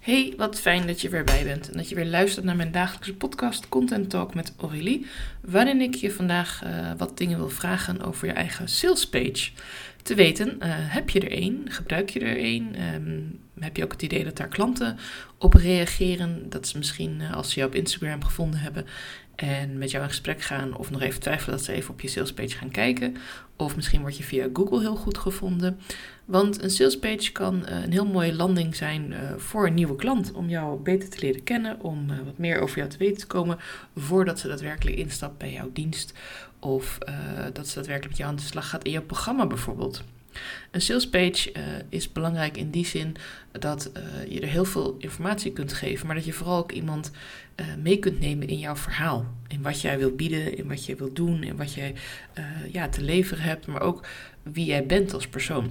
Hey, wat fijn dat je weer bij bent en dat je weer luistert naar mijn dagelijkse podcast Content Talk met Aurélie, waarin ik je vandaag wat dingen wil vragen over je eigen sales page. Te weten, heb je er één? Gebruik je er één? Heb je ook het idee dat daar klanten op reageren? Dat ze misschien als ze jou op Instagram gevonden hebben en met jou in gesprek gaan of nog even twijfelen dat ze even op je salespage gaan kijken. Of misschien word je via Google heel goed gevonden. Want een salespage kan een heel mooie landing zijn voor een nieuwe klant. Om jou beter te leren kennen, om wat meer over jou te weten te komen voordat ze daadwerkelijk instapt bij jouw dienst. Of dat ze daadwerkelijk met jou aan de slag gaat in jouw programma bijvoorbeeld. Een salespage is belangrijk in die zin dat je er heel veel informatie kunt geven, maar dat je vooral ook iemand mee kunt nemen in jouw verhaal. In wat jij wilt bieden, in wat jij wilt doen, in wat jij te leveren hebt, maar ook wie jij bent als persoon.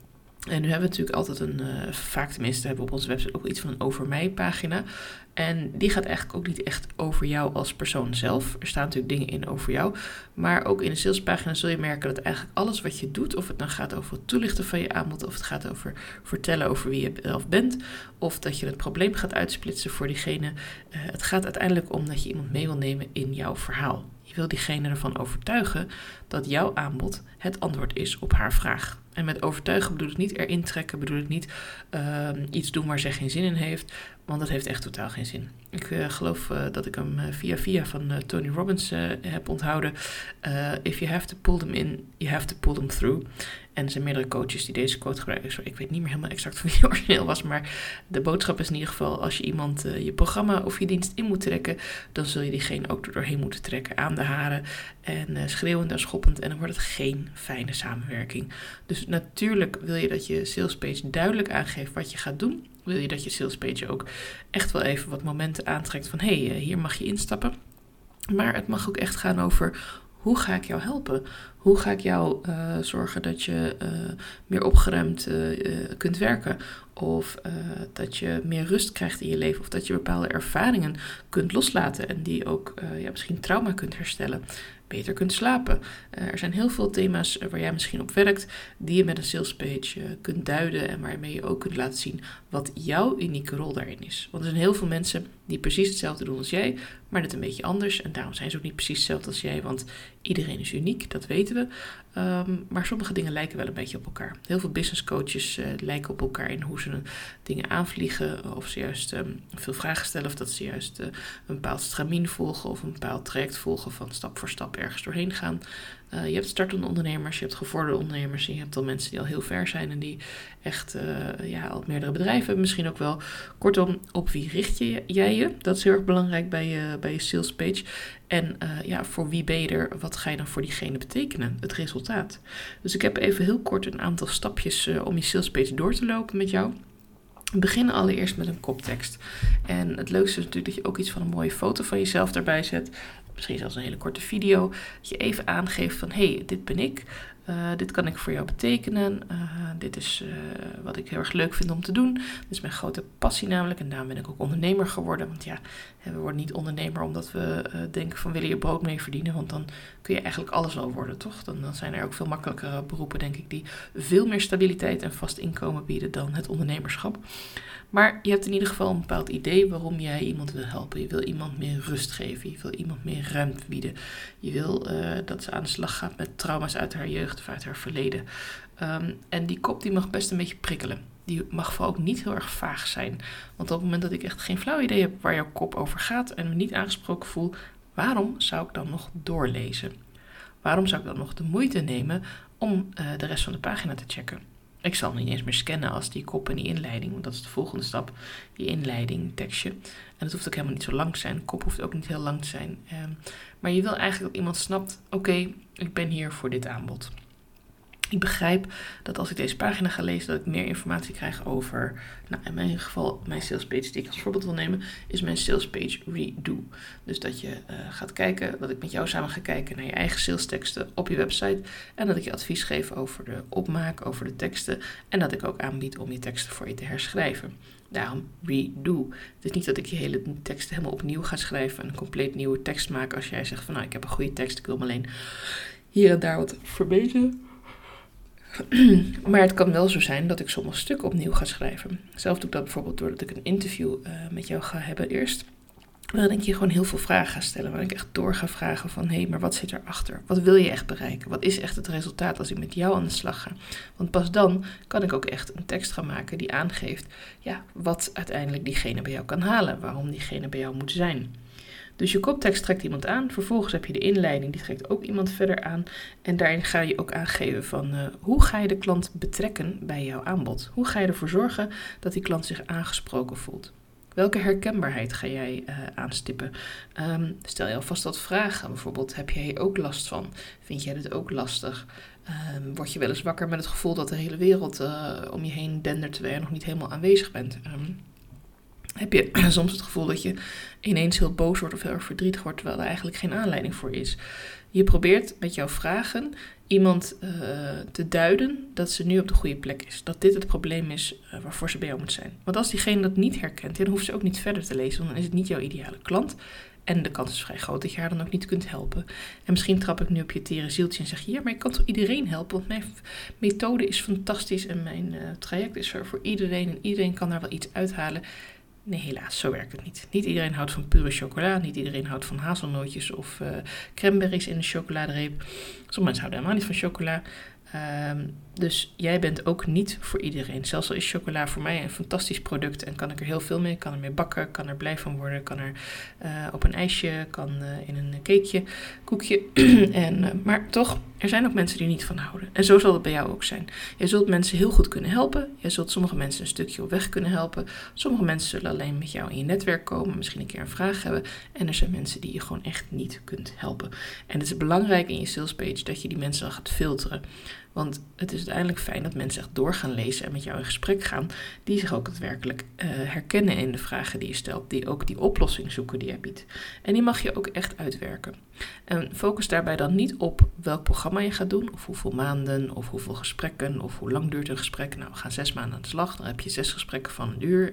En nu hebben we natuurlijk altijd vaak tenminste hebben we op onze website ook iets van een over mij pagina. En die gaat eigenlijk ook niet echt over jou als persoon zelf. Er staan natuurlijk dingen in over jou. Maar ook in de salespagina zul je merken dat eigenlijk alles wat je doet, of het dan gaat over het toelichten van je aanbod, of het gaat over vertellen over wie je zelf bent, of dat je het probleem gaat uitsplitsen voor diegene. Het gaat uiteindelijk om dat je iemand mee wil nemen in jouw verhaal. Je wil diegene ervan overtuigen dat jouw aanbod het antwoord is op haar vraag. En met overtuigen bedoel ik niet erin trekken, bedoel ik niet iets doen waar zij geen zin in heeft, want dat heeft echt totaal geen zin. Ik geloof dat ik hem via van Tony Robbins heb onthouden. If you have to pull them in, you have to pull them through. En er zijn meerdere coaches die deze quote gebruiken. Sorry, ik weet niet meer helemaal exact van wie het origineel was, maar de boodschap is in ieder geval, als je iemand je programma of je dienst in moet trekken, dan zul je diegene ook doorheen moeten trekken aan de haren en schreeuwend en schoppend en dan wordt het geen fijne samenwerking. Dus natuurlijk wil je dat je salespage duidelijk aangeeft wat je gaat doen. Wil je dat je salespage ook echt wel even wat momenten aantrekt van hey, hier mag je instappen. Maar het mag ook echt gaan over hoe ga ik jou helpen? Hoe ga ik jou zorgen dat je meer opgeruimd kunt werken? Of dat je meer rust krijgt in je leven? Of dat je bepaalde ervaringen kunt loslaten en die ook misschien trauma kunt herstellen? Beter kunt slapen. Er zijn heel veel thema's waar jij misschien op werkt, die je met een salespage kunt duiden en waarmee je ook kunt laten zien wat jouw unieke rol daarin is. Want er zijn heel veel mensen die precies hetzelfde doen als jij, maar net een beetje anders. En daarom zijn ze ook niet precies hetzelfde als jij, want iedereen is uniek, dat weten we. Maar sommige dingen lijken wel een beetje op elkaar. Heel veel business coaches lijken op elkaar in hoe ze dingen aanvliegen, of ze juist veel vragen stellen, of dat ze juist een bepaald stramien volgen of een bepaald traject volgen van stap voor stap ergens doorheen gaan. Je hebt startende ondernemers, je hebt gevorderde ondernemers, je hebt al mensen die al heel ver zijn en die echt al meerdere bedrijven hebben misschien ook wel. Kortom, op wie richt jij je? Dat is heel erg belangrijk bij je sales page. En voor wie ben je er? Wat ga je dan voor diegene betekenen? Het resultaat. Dus ik heb even heel kort een aantal stapjes om je sales page door te lopen met jou. We beginnen allereerst met een koptekst. En het leukste is natuurlijk dat je ook iets van een mooie foto van jezelf daarbij zet. Misschien zelfs een hele korte video. Dat je even aangeeft van hey, dit ben ik. Dit kan ik voor jou betekenen. Dit is wat ik heel erg leuk vind om te doen. Dit is mijn grote passie namelijk. En daarom ben ik ook ondernemer geworden. Want we worden niet ondernemer omdat we denken van willen je brood mee verdienen. Want dan kun je eigenlijk alles wel worden, toch? Dan zijn er ook veel makkelijkere beroepen, denk ik, die veel meer stabiliteit en vast inkomen bieden dan het ondernemerschap. Maar je hebt in ieder geval een bepaald idee waarom jij iemand wil helpen. Je wil iemand meer rust geven. Je wil iemand meer ruimte bieden. Je wil dat ze aan de slag gaat met trauma's uit haar jeugd of uit haar verleden. En die kop die mag best een beetje prikkelen. Die mag vooral ook niet heel erg vaag zijn. Want op het moment dat ik echt geen flauw idee heb waar jouw kop over gaat en me niet aangesproken voel, waarom zou ik dan nog doorlezen? Waarom zou ik dan nog de moeite nemen om de rest van de pagina te checken? Ik zal niet eens meer scannen als die kop en die inleiding, want dat is de volgende stap, die inleiding, tekstje. En het hoeft ook helemaal niet zo lang te zijn, de kop hoeft ook niet heel lang te zijn. Maar je wil eigenlijk dat iemand snapt, oké, ik ben hier voor dit aanbod. Ik begrijp dat als ik deze pagina ga lezen, dat ik meer informatie krijg over, in mijn geval, mijn salespage die ik als voorbeeld wil nemen, is mijn salespage redo. Dus dat je gaat kijken, dat ik met jou samen ga kijken naar je eigen salesteksten op je website en dat ik je advies geef over de opmaak, over de teksten en dat ik ook aanbied om je teksten voor je te herschrijven. Daarom redo. Het is niet dat ik je hele tekst helemaal opnieuw ga schrijven en een compleet nieuwe tekst maak als jij zegt van ik heb een goede tekst, ik wil hem alleen hier en daar wat verbeteren. Maar het kan wel zo zijn dat ik sommige stukken opnieuw ga schrijven. Zelf doe ik dat bijvoorbeeld doordat ik een interview met jou ga hebben eerst. Waarin ik je gewoon heel veel vragen ga stellen. Waarin ik echt door ga vragen van, hé, maar wat zit erachter? Wat wil je echt bereiken? Wat is echt het resultaat als ik met jou aan de slag ga? Want pas dan kan ik ook echt een tekst gaan maken die aangeeft, ja, wat uiteindelijk diegene bij jou kan halen. Waarom diegene bij jou moet zijn. Dus je koptekst trekt iemand aan. Vervolgens heb je de inleiding, die trekt ook iemand verder aan. En daarin ga je ook aangeven van hoe ga je de klant betrekken bij jouw aanbod? Hoe ga je ervoor zorgen dat die klant zich aangesproken voelt? Welke herkenbaarheid ga jij aanstippen? Stel je alvast wat vragen. Bijvoorbeeld, heb jij hier ook last van? Vind jij dit ook lastig? Word je wel eens wakker met het gevoel dat de hele wereld om je heen dendert terwijl je nog niet helemaal aanwezig bent? Heb je soms het gevoel dat je ineens heel boos wordt of heel erg verdrietig wordt, terwijl er eigenlijk geen aanleiding voor is? Je probeert met jouw vragen iemand te duiden dat ze nu op de goede plek is. Dat dit het probleem is waarvoor ze bij jou moet zijn. Want als diegene dat niet herkent, dan hoeft ze ook niet verder te lezen, want dan is het niet jouw ideale klant. En de kans is vrij groot dat je haar dan ook niet kunt helpen. En misschien trap ik nu op je tere zieltje en zeg je, ja, maar ik kan toch iedereen helpen? Want mijn methode is fantastisch en mijn traject is er voor iedereen en iedereen kan daar wel iets uithalen. Nee, helaas, zo werkt het niet. Niet iedereen houdt van pure chocola. Niet iedereen houdt van hazelnootjes of cranberries in een chocoladereep. Sommige mensen houden helemaal niet van chocola. Dus jij bent ook niet voor iedereen. Zelfs al is chocola voor mij een fantastisch product en kan ik er heel veel mee. Kan er mee bakken, kan er blij van worden, kan er op een ijsje, kan in een cakeje, koekje. Maar toch, er zijn ook mensen die er niet van houden. En zo zal het bij jou ook zijn. Je zult mensen heel goed kunnen helpen. Je zult sommige mensen een stukje op weg kunnen helpen. Sommige mensen zullen alleen met jou in je netwerk komen, misschien een keer een vraag hebben. En er zijn mensen die je gewoon echt niet kunt helpen. En het is belangrijk in je salespage dat je die mensen dan gaat filteren. Want het is uiteindelijk fijn dat mensen echt door gaan lezen en met jou in gesprek gaan, die zich ook daadwerkelijk herkennen in de vragen die je stelt, die ook die oplossing zoeken die je biedt. En die mag je ook echt uitwerken. En focus daarbij dan niet op welk programma je gaat doen, of hoeveel maanden, of hoeveel gesprekken, of hoe lang duurt een gesprek. Nou, we gaan 6 maanden aan de slag, dan heb je 6 gesprekken van 1 uur.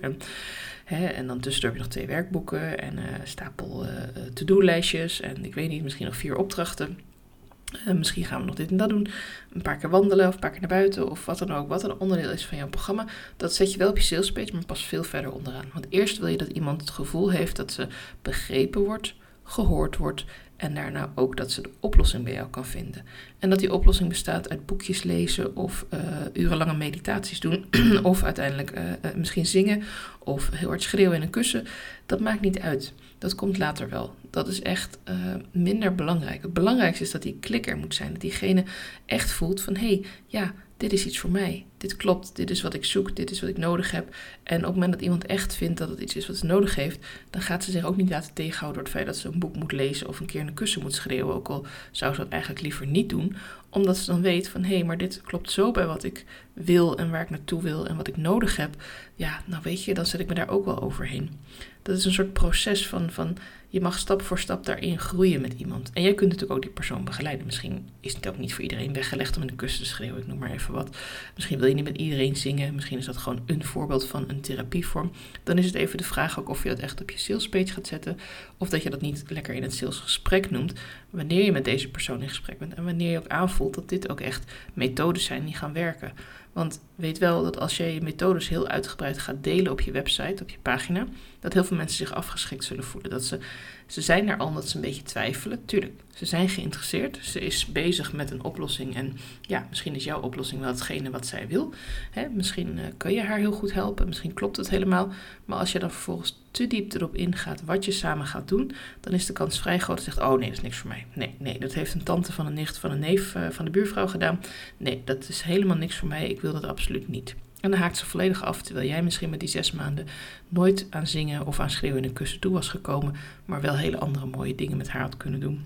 En dan tussendoor heb je nog 2 werkboeken en stapel to-do-lijstjes en ik weet niet, misschien nog 4 opdrachten. Misschien gaan we nog dit en dat doen. Een paar keer wandelen of een paar keer naar buiten of wat dan ook. Wat een onderdeel is van jouw programma. Dat zet je wel op je salespage, maar pas veel verder onderaan. Want eerst wil je dat iemand het gevoel heeft dat ze begrepen wordt, gehoord wordt. En daarna ook dat ze de oplossing bij jou kan vinden. En dat die oplossing bestaat uit boekjes lezen of urenlange meditaties doen. Of uiteindelijk misschien zingen of heel hard schreeuwen in een kussen. Dat maakt niet uit. Dat komt later wel. Dat is echt minder belangrijk. Het belangrijkste is dat die klik er moet zijn. Dat diegene echt voelt van, hé, ja, dit is iets voor mij. Dit klopt, dit is wat ik zoek, dit is wat ik nodig heb. En op het moment dat iemand echt vindt dat het iets is wat ze nodig heeft, dan gaat ze zich ook niet laten tegenhouden door het feit dat ze een boek moet lezen of een keer in een kussen moet schreeuwen. Ook al zou ze dat eigenlijk liever niet doen. Omdat ze dan weet van, hé, maar dit klopt zo bij wat ik wil en waar ik naartoe wil en wat ik nodig heb. Ja, nou weet je, dan zet ik me daar ook wel overheen. Dat is een soort proces van je mag stap voor stap daarin groeien met iemand. En jij kunt natuurlijk ook die persoon begeleiden. Misschien is het ook niet voor iedereen weggelegd om in een kussen te schreeuwen. Ik noem maar even wat. Misschien wil je niet met iedereen zingen. Misschien is dat gewoon een voorbeeld van een therapievorm. Dan is het even de vraag ook of je dat echt op je salespage gaat zetten. Of dat je dat niet lekker in het salesgesprek noemt. Wanneer je met deze persoon in gesprek bent. En wanneer je ook aanvoelt dat dit ook echt methodes zijn die gaan werken. Want weet wel dat als jij je methodes heel uitgebreid gaat delen op je website, op je pagina, dat heel veel mensen zich afgeschrikt zullen voelen. Dat ze zijn er al omdat ze een beetje twijfelen. Tuurlijk, ze zijn geïnteresseerd. Ze is bezig met een oplossing. En ja, misschien is jouw oplossing wel hetgene wat zij wil. Misschien kan je haar heel goed helpen. Misschien klopt het helemaal. Maar als je dan vervolgens te diep erop ingaat wat je samen gaat doen, dan is de kans vrij groot dat je zegt, oh nee, dat is niks voor mij. Nee, dat heeft een tante van een nicht van een neef van de buurvrouw gedaan. Nee, dat is helemaal niks voor mij. Ik wil dat absoluut niet. En dan haakt ze volledig af, terwijl jij misschien met die 6 maanden nooit aan zingen of aan schreeuwen in een kussen toe was gekomen, maar wel hele andere mooie dingen met haar had kunnen doen.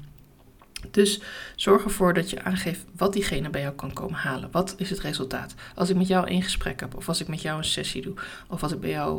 Dus zorg ervoor dat je aangeeft wat diegene bij jou kan komen halen. Wat is het resultaat? Als ik met jou 1 gesprek heb, of als ik met jou een sessie doe, of als ik bij jou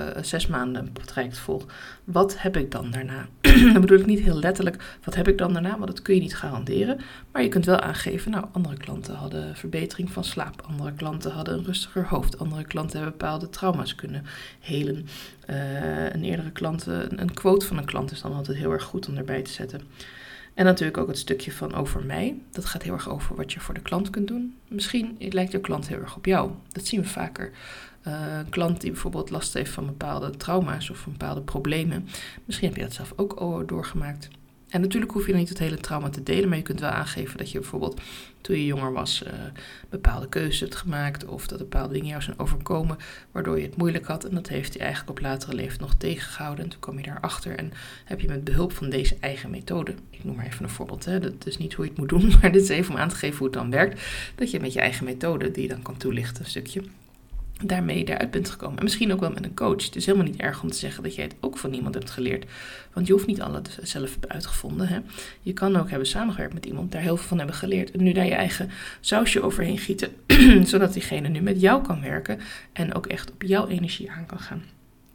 6 maanden een traject volg, wat heb ik dan daarna? Dan bedoel ik niet heel letterlijk, wat heb ik dan daarna? Want dat kun je niet garanderen. Maar je kunt wel aangeven, nou, andere klanten hadden verbetering van slaap. Andere klanten hadden een rustiger hoofd. Andere klanten hebben bepaalde trauma's kunnen helen. Een eerdere klant, een quote van een klant is dan altijd heel erg goed om erbij te zetten. En natuurlijk ook het stukje van over mij. Dat gaat heel erg over wat je voor de klant kunt doen. Misschien lijkt je klant heel erg op jou. Dat zien we vaker. Een klant die bijvoorbeeld last heeft van bepaalde trauma's of van bepaalde problemen. Misschien heb je dat zelf ook doorgemaakt. En natuurlijk hoef je niet het hele trauma te delen, maar je kunt wel aangeven dat je bijvoorbeeld toen je jonger was bepaalde keuzes hebt gemaakt of dat bepaalde dingen jou zijn overkomen waardoor je het moeilijk had. En dat heeft je eigenlijk op latere leeftijd nog tegengehouden. En toen kwam je daarachter en heb je met behulp van deze eigen methode, ik noem maar even een voorbeeld, dat is niet hoe je het moet doen, maar dit is even om aan te geven hoe het dan werkt, dat je met je eigen methode, die je dan kan toelichten een stukje, daarmee eruit bent gekomen. En misschien ook wel met een coach. Het is helemaal niet erg om te zeggen dat jij het ook van iemand hebt geleerd. Want je hoeft niet alles zelf uitgevonden. Hè? Je kan ook hebben samengewerkt met iemand, daar heel veel van hebben geleerd. En nu daar je eigen sausje overheen gieten. Zodat diegene nu met jou kan werken. En ook echt op jouw energie aan kan gaan.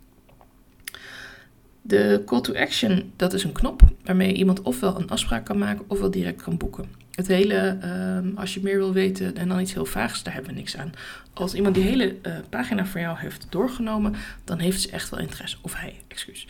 De call to action, dat is een knop waarmee iemand ofwel een afspraak kan maken ofwel direct kan boeken. Het hele, als je meer wil weten en dan iets heel vaags, daar hebben we niks aan. Als iemand die hele pagina voor jou heeft doorgenomen, dan heeft ze echt wel interesse. Of hij, excuus.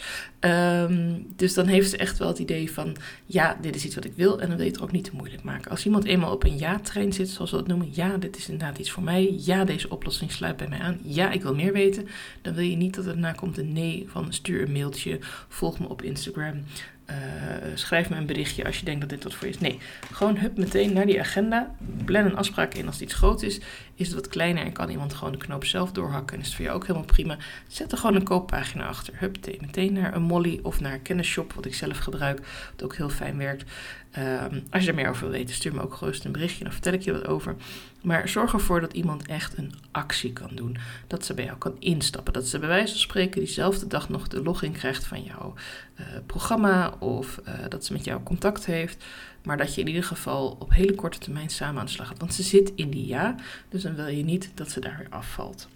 Dus dan heeft ze echt wel het idee van, ja, dit is iets wat ik wil en dan wil je het er ook niet te moeilijk maken. Als iemand eenmaal op een ja-trein zit, zoals we dat noemen, ja, dit is inderdaad iets voor mij. Ja, deze oplossing sluit bij mij aan. Ja, ik wil meer weten. Dan wil je niet dat er daarna komt een nee van stuur een mailtje, volg me op Instagram. Schrijf me een berichtje als je denkt dat dit wat voor je is. Nee, gewoon hup meteen naar die agenda. Plan een afspraak in als het iets groot is. Is het wat kleiner en kan iemand gewoon de knoop zelf doorhakken. En is het voor jou ook helemaal prima. Zet er gewoon een kooppagina achter. Hup, meteen naar een Molly of naar Kennisshop, wat ik zelf gebruik. Wat ook heel fijn werkt. Als je er meer over wil weten, stuur me ook gerust een berichtje. Dan vertel ik je wat over. Maar zorg ervoor dat iemand echt een actie kan doen. Dat ze bij jou kan instappen. Dat ze bij wijze van spreken diezelfde dag nog de login krijgt van jouw programma. Of dat ze met jou contact heeft. Maar dat je in ieder geval op hele korte termijn samen aan de slag gaat. Want ze zit in die ja. Dus dan wil je niet dat ze daar weer afvalt.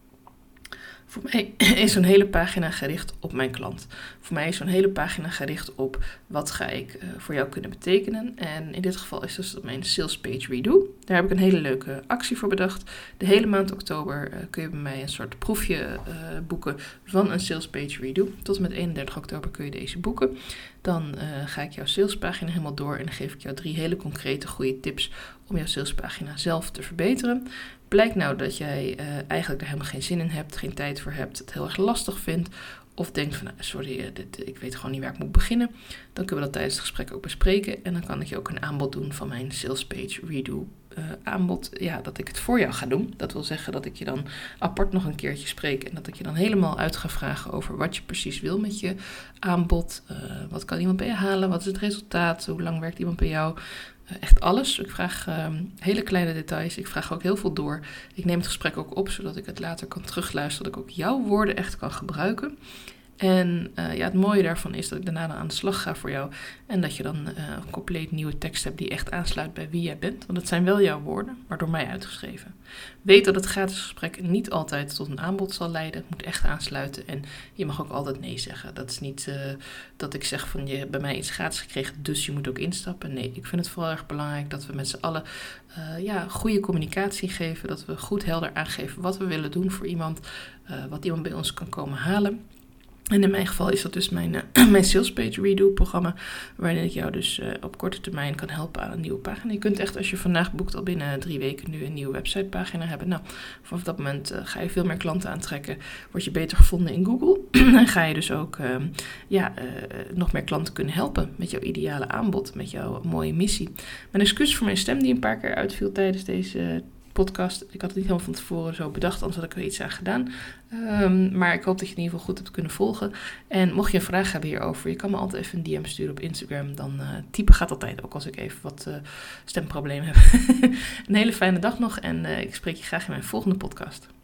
Voor mij is zo'n hele pagina gericht op mijn klant. Voor mij is zo'n hele pagina gericht op wat ga ik voor jou kunnen betekenen. En in dit geval is dus mijn sales page redo. Daar heb ik een hele leuke actie voor bedacht. De hele maand oktober kun je bij mij een soort proefje boeken van een sales page redo. Tot en met 31 oktober kun je deze boeken. Dan ga ik jouw salespagina helemaal door en dan geef ik jou 3 hele concrete goede tips om jouw salespagina zelf te verbeteren. Blijkt nou dat jij eigenlijk er helemaal geen zin in hebt, geen tijd voor hebt, het heel erg lastig vindt of denkt van sorry, ik weet gewoon niet waar ik moet beginnen. Dan kunnen we dat tijdens het gesprek ook bespreken en dan kan ik je ook een aanbod doen van mijn sales page redo aanbod. Ja, dat ik het voor jou ga doen. Dat wil zeggen dat ik je dan apart nog een keertje spreek en dat ik je dan helemaal uit ga vragen over wat je precies wil met je aanbod. Wat kan iemand bij je halen? Wat is het resultaat? Hoe lang werkt iemand bij jou? Echt alles. Ik vraag hele kleine details. Ik vraag ook heel veel door. Ik neem het gesprek ook op, zodat ik het later kan terugluisteren. Dat ik ook jouw woorden echt kan gebruiken. En het mooie daarvan is dat ik daarna aan de slag ga voor jou. En dat je dan een compleet nieuwe tekst hebt die echt aansluit bij wie jij bent. Want het zijn wel jouw woorden, maar door mij uitgeschreven. Weet dat het gratis gesprek niet altijd tot een aanbod zal leiden. Het moet echt aansluiten en je mag ook altijd nee zeggen. Dat is niet dat ik zeg van je hebt bij mij iets gratis gekregen, dus je moet ook instappen. Nee, ik vind het vooral erg belangrijk dat we met z'n allen goede communicatie geven. Dat we goed helder aangeven wat we willen doen voor iemand. Wat iemand bij ons kan komen halen. En in mijn geval is dat dus mijn Sales Page Redo programma, waarin ik jou dus op korte termijn kan helpen aan een nieuwe pagina. Je kunt echt, als je vandaag boekt, al binnen 3 weken nu een nieuwe websitepagina hebben. Nou, vanaf dat moment ga je veel meer klanten aantrekken, word je beter gevonden in Google. En ga je dus ook nog meer klanten kunnen helpen met jouw ideale aanbod, met jouw mooie missie. Mijn excuus voor mijn stem die een paar keer uitviel tijdens deze podcast. Ik had het niet helemaal van tevoren zo bedacht, anders had ik er iets aan gedaan. Maar ik hoop dat je het in ieder geval goed hebt kunnen volgen. En mocht je een vraag hebben hierover, je kan me altijd even een DM sturen op Instagram. Dan typen gaat altijd, ook als ik even wat stemproblemen heb. Een hele fijne dag nog en ik spreek je graag in mijn volgende podcast.